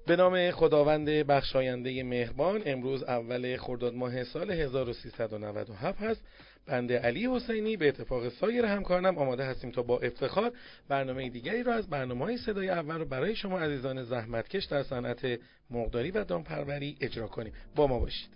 به نام خداوند بخشاینده مهربان. امروز اول خرداد ماه سال 1397 هست. بنده علی حسینی به اتفاق سایر همکارانم آماده هستیم تا با افتخار برنامه دیگری را از برنامه‌های صدای اول رو برای شما عزیزان زحمتکش در صنعت مرغداری و دامپروری اجرا کنیم. با ما باشید.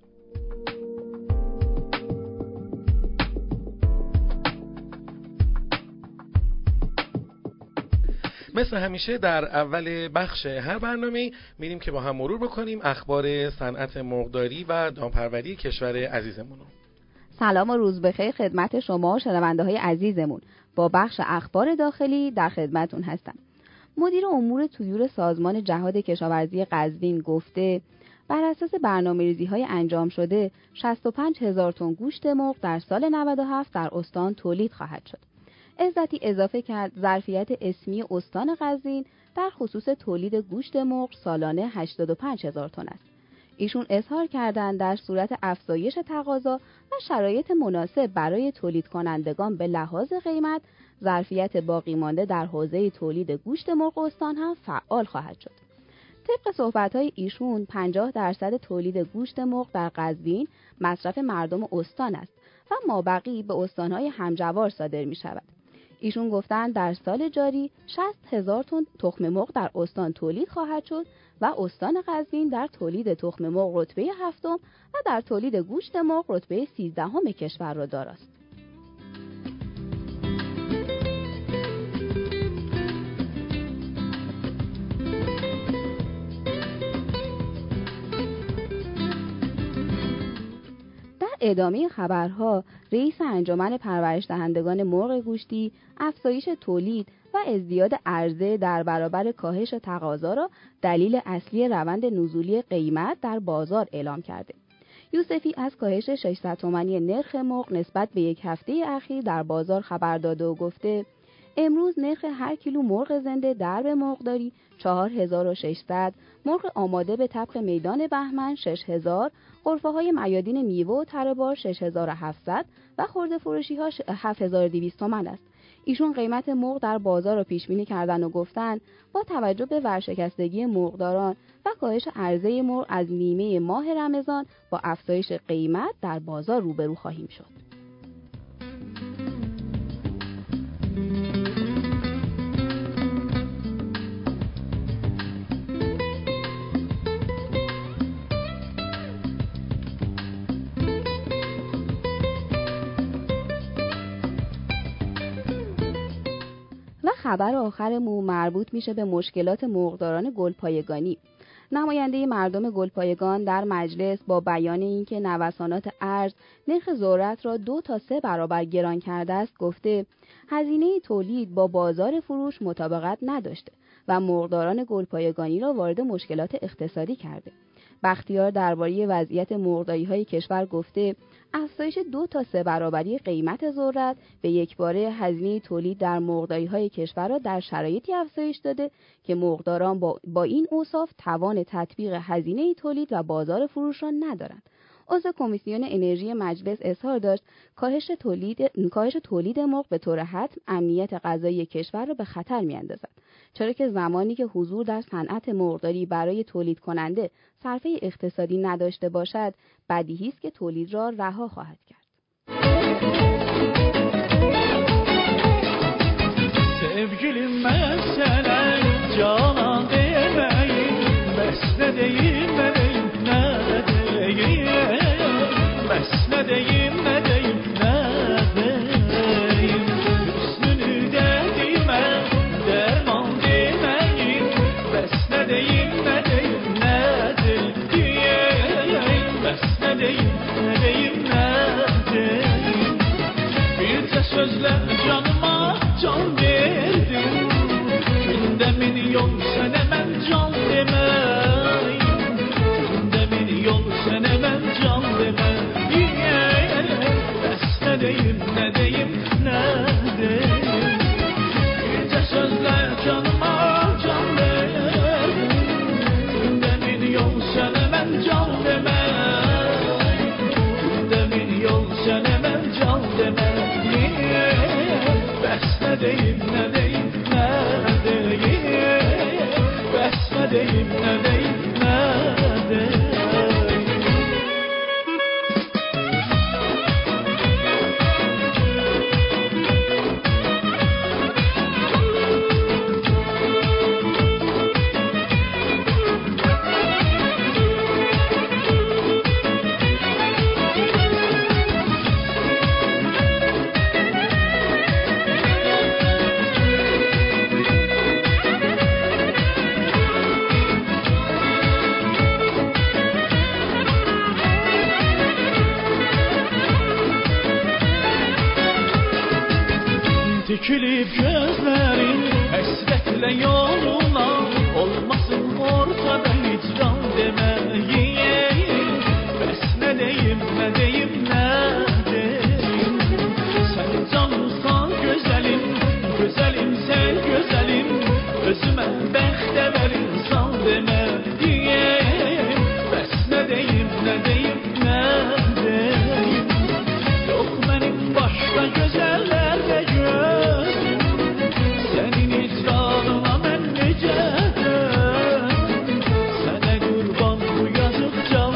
مثل همیشه در اول بخش هر برنامه میریم که با هم مرور بکنیم اخبار صنعت مرغداری و دامپروری کشور عزیزمون. سلام و روز بخیر خدمت شما شنونده های عزیزمون. با بخش اخبار داخلی در خدمتون هستم. مدیر امور طیور سازمان جهاد کشاورزی قزوین گفته بر اساس برنامه‌ریزی‌های انجام شده 65,000 تن گوشت مرغ در سال 97 در استان تولید خواهد شد. عزتی اضافه کرد ظرفیت اسمی استان قزوین در خصوص تولید گوشت مرغ سالانه 85,000 تن است. ایشون اظهار کردند در صورت افزایش تقاضا و شرایط مناسب برای تولید کنندگان به لحاظ قیمت، ظرفیت باقی مانده در حوزه تولید گوشت مرغ استان هم فعال خواهد شد. طبق صحبت‌های ایشون 50% تولید گوشت مرغ در قزوین مصرف مردم استان است و مابقی به استان‌های همجوار صادر می‌شود. ایشون گفتند در سال جاری 60,000 تن تخم مرغ در استان تولید خواهد شد و استان قزوین در تولید تخم مرغ رتبه 7 و در تولید گوشت مرغ رتبه 13 کشور را دارد. ادامه خبرها، رئیس انجمن پرورش دهندگان مرغ گوشتی افزایش تولید و ازدیاد عرضه در برابر کاهش تقاضا را دلیل اصلی روند نزولی قیمت در بازار اعلام کرده. یوسفی از کاهش 600 تومانی نرخ مرغ نسبت به یک هفته اخیر در بازار خبر داده و گفته امروز نرخ هر کیلو مرغ زنده درب مرغداری 4600، مرغ آماده به طبخ میدان بهمن 6000، غرفه‌های میادین میوه و تره بار 6700 و خرده فروشی ها 7200 تومان است. ایشون قیمت مرغ در بازار رو پیش بینی کردن و گفتن با توجه به ورشکستگی مرغداران و کاهش عرضه مرغ از نیمه ماه رمضان با افزایش قیمت در بازار روبرو خواهیم شد. خبر آخرمون مربوط میشه به مشکلات مرغداران گلپایگانی. نماینده مردم گلپایگان در مجلس با بیان اینکه نوسانات ارز نرخ ذرت را 2 تا 3 برابر گران کرده است گفته هزینه تولید با بازار فروش مطابقت نداشته و مرغداران گلپایگانی را وارد مشکلات اقتصادی کرده. بختیار درباره وضعیت مرغداری‌های کشور گفته افزایش 2 تا 3 برابری قیمت ذرت به یکباره هزینه تولید در مرغداری‌های کشور را در شرایطی افزایش داده که مرغداران با این اوصاف توان تطبیق هزینه تولید و بازار فروش را ندارند. عضو کمیسیون انرژی مجلس اظهار داشت کاهش تولید مرغ به طور حتم امنیت غذایی کشور را به خطر می‌اندازد، چرا که زمانی که حضور در صنعت مرغداری برای تولید کننده صرفه اقتصادی نداشته باشد بدیهی است که تولید را رها خواهد کرد. Sevgilim mesela canan demeyin, besne deyim ne deyim ne deyim, besne deyim ne deyim ne deyim, üstünü dediğime derman demeyin, besne deyim ne deyim ne deyim, besne deyim ne deyim ne deyim, bir de sözle canıma can verdim, günde milyon sene ben can demeyim, günde milyon sene ben can demeyim, besne deyim ne deyim ne deyim, bir de sözle canıma can verdim, günde milyon sene ben can demeyim, günde milyon sene ben can demeyim, besne deyim ne deyim ne deyim, besme deyim ne deyim Dikilib gözlerin Həsrətlə yoluna Olmasın ortada hicran deməyin Bəs nə deyim, nə deyim, nə deyim Sən canımsan gözəlim Gözəlim, sən gözəlim Özümə bəxtəvər insan deməyin Bəs nə deyim, nə deyim, nə deyim Yox mənim başqa gözəllərlə gözüm Sənin icranına mən necədim Sənə qurban bu yazıq can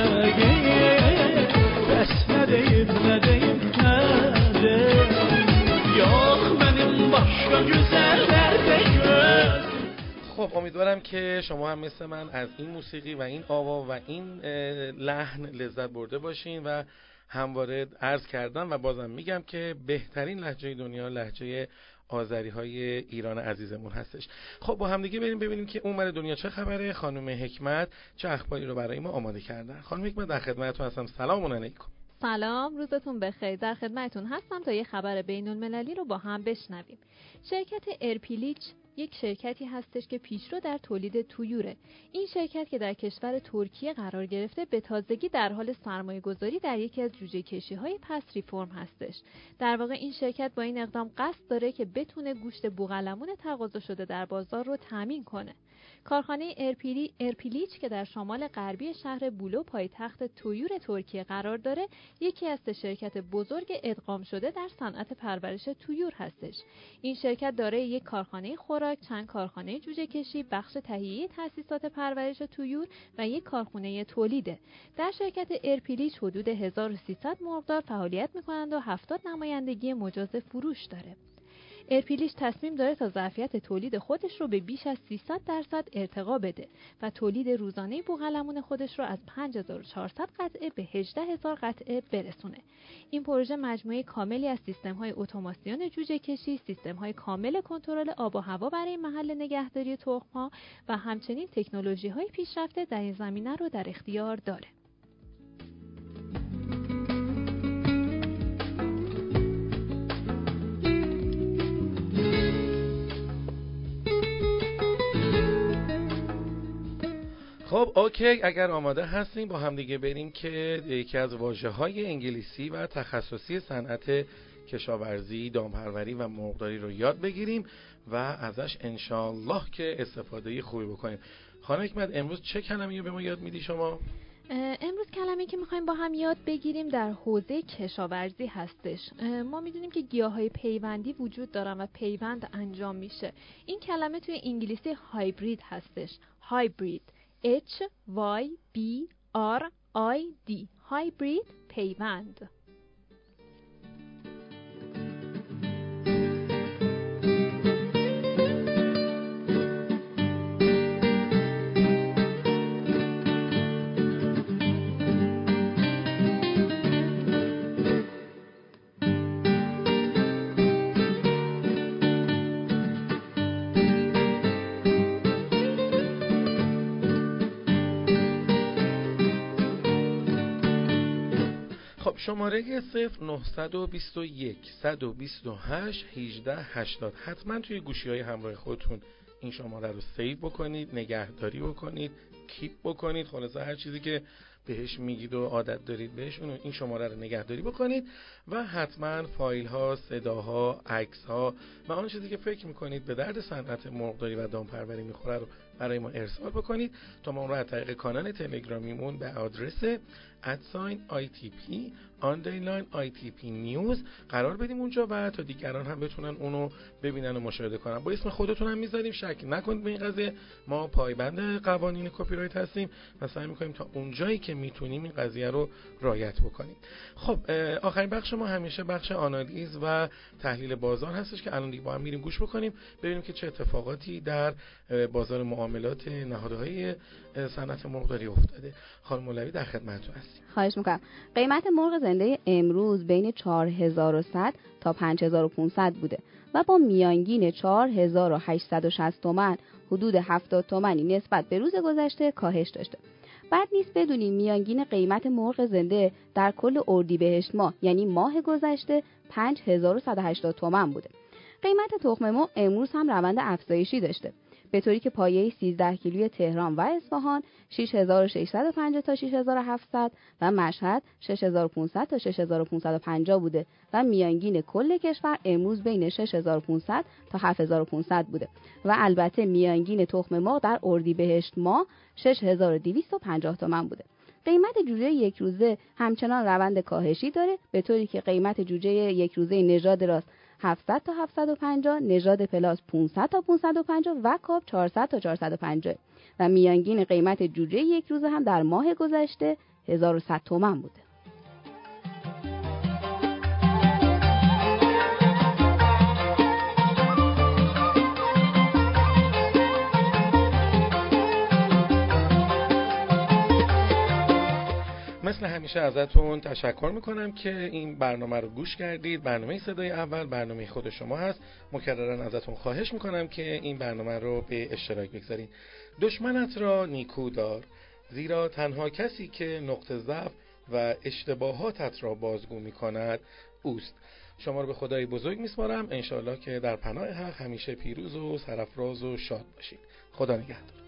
deməyin Bəs nə deyim, nə deyim, nə deyim Yox mənim başqa gözəllərlə gözüm خب امیدوارم که شما هم مثل من از این موسیقی و این آوا و این لحن لذت برده باشین و همواره عرض کردم و بازم میگم که بهترین لهجه دنیا لهجه آذری های ایران عزیزمون هستش. خب با هم دیگه بریم ببینیم که اونور دنیا چه خبره. خانم حکمت چه اخباری رو برای ما آماده کردن. خانم حکمت در خدمتتون هستم. سلام علیکم. سلام، روزتون بخیر. در خدمتتون هستم تا یه خبر بین‌المللی رو با هم بشنویم. شرکت ارپیلیچ یک شرکتی هستش که پیشرو در تولید طیوره. این شرکت که در کشور ترکیه قرار گرفته به تازگی در حال سرمایه‌گذاری در یکی از جوجه کشی‌های پس ریفرم هستش. در واقع این شرکت با این اقدام قصد داره که بتونه گوشت بوقلمون تقاضا شده در بازار رو تامین کنه. کارخانه ارپیلیچ که در شمال غربی شهر بولو پایتخت طیور ترکیه قرار داره، یکی از شرکت بزرگ ادغام شده در صنعت پرورش طیور هستش. این شرکت دارای یک کارخانه خوراک، چند کارخانه جوجه کشی، بخش تهیه تأسیسات پرورش طیور و یک کارخانه تولیده. در شرکت ارپیلیچ حدود 1300 مرغدار فعالیت می‌کنند و 70 نمایندگی مجاز فروش داره. ارپیلیچ تصمیم داره تا ظرفیت تولید خودش رو به بیش از 300% ارتقا بده و تولید روزانه بوقلمون خودش رو از 5400 قطعه به 18000 قطعه برسونه. این پروژه مجموعه کاملی از سیستم‌های اتوماسیون جوجه کشی، سیستم‌های کامل کنترل آب و هوا برای محل نگهداری تخم‌ها و همچنین تکنولوژی‌های پیشرفته در این زمینه رو در اختیار داره. خب اوکی، اگر آماده هستیم با هم دیگه بریم که یکی از واژه‌های انگلیسی و تخصصی صنعت کشاورزی، دامپروری و مرغداری رو یاد بگیریم و ازش انشالله که استفاده خوبی بکنیم. خانم حکمت امروز چه کلمه‌ای به ما یاد میدی شما؟ امروز کلمه‌ای که می‌خوایم با هم یاد بگیریم در حوزه کشاورزی هستش. ما می‌دونیم که گیاهای پیوندی وجود دارن و پیوند انجام میشه. این کلمه توی انگلیسی هایبرید هستش. هایبرید HYBRID هایبرید پیوند. شماره 0921 128 1880 حتما توی گوشی‌های همراه خودتون این شماره رو سیو بکنید، نگهداری بکنید، کیپ بکنید، خلاصه هر چیزی که بهش میگید و عادت دارید بهش این شماره رو نگهداری بکنید و حتما فایل ها، صداها، عکس ها و آن چیزی که فکر میکنید به درد صنعت مرغداری و دامپروری میخوره رو برای ما ارسال بکنید تا ما اون رو از طریق کانال تلگرامیمون به آدرس @ITP_ITP News قرار بدیم اونجا و تا دیگران هم بتونن اونو ببینن و مشاهده کنن. با اسم خودتون هم میذاریم، شک نکنید به این قضیه. ما پایبند قوانین کپی رایت هستیم و سعی میکنیم تا اونجایی که میتونیم این قضیه رو رعایت بکنیم. خب آخرین بخش ما همیشه بخش آنالیز و تحلیل بازار هستش که الان دیگه با هم میریم گوش بکنیم ببینیم که چه اتفاقاتی در بازار معاملات نهادهای صنعت مرغداری افتاده. خانم مولوی در خدمتتون هستیم. خواهش میکنم. قیمت مرغ زنده امروز بین 4100 تا 5500 بوده و با میانگین 4860 تومان حدود 70 تومانی نسبت به روز گذشته کاهش داشته. بعد نیست بدونیم میانگین قیمت مرغ زنده در کل اردیبهشت ماه یعنی ماه گذشته 5180 تومان بوده. قیمت تخم مرغ امروز هم روند افزایشی داشته، به طوری که پایه 13 کیلوی تهران و اصفهان 6650 تا 6700 و مشهد 6500 تا 6550 بوده و میانگین کل کشور امروز بین 6500 تا 7500 بوده و البته میانگین تخم مرغ در اردیبهشت ماه 6250 تومان بوده. قیمت جوجه یک روزه همچنان روند کاهشی داره، به طوری که قیمت جوجه یک روزه نژاد راست 700 تا 750، نژاد پلاس 500 تا 550 و کاپ 400 تا 450 و میانگین قیمت جوجه یک روزه هم در ماه گذشته 1100 تومان بوده. مثل همیشه ازتون تشکر میکنم که این برنامه رو گوش کردید. برنامه صدای اول برنامه خود شما هست. مکررن ازتون خواهش میکنم که این برنامه رو به اشتراک بگذارین. دشمنت را نیکو دار، زیرا تنها کسی که نقطه ضعف و اشتباهاتت را بازگو میکند اوست. شما رو به خدای بزرگ میسپارم. انشالله که در پناه حق همیشه پیروز و سرفراز و شاد باشید. خدا نگهدار.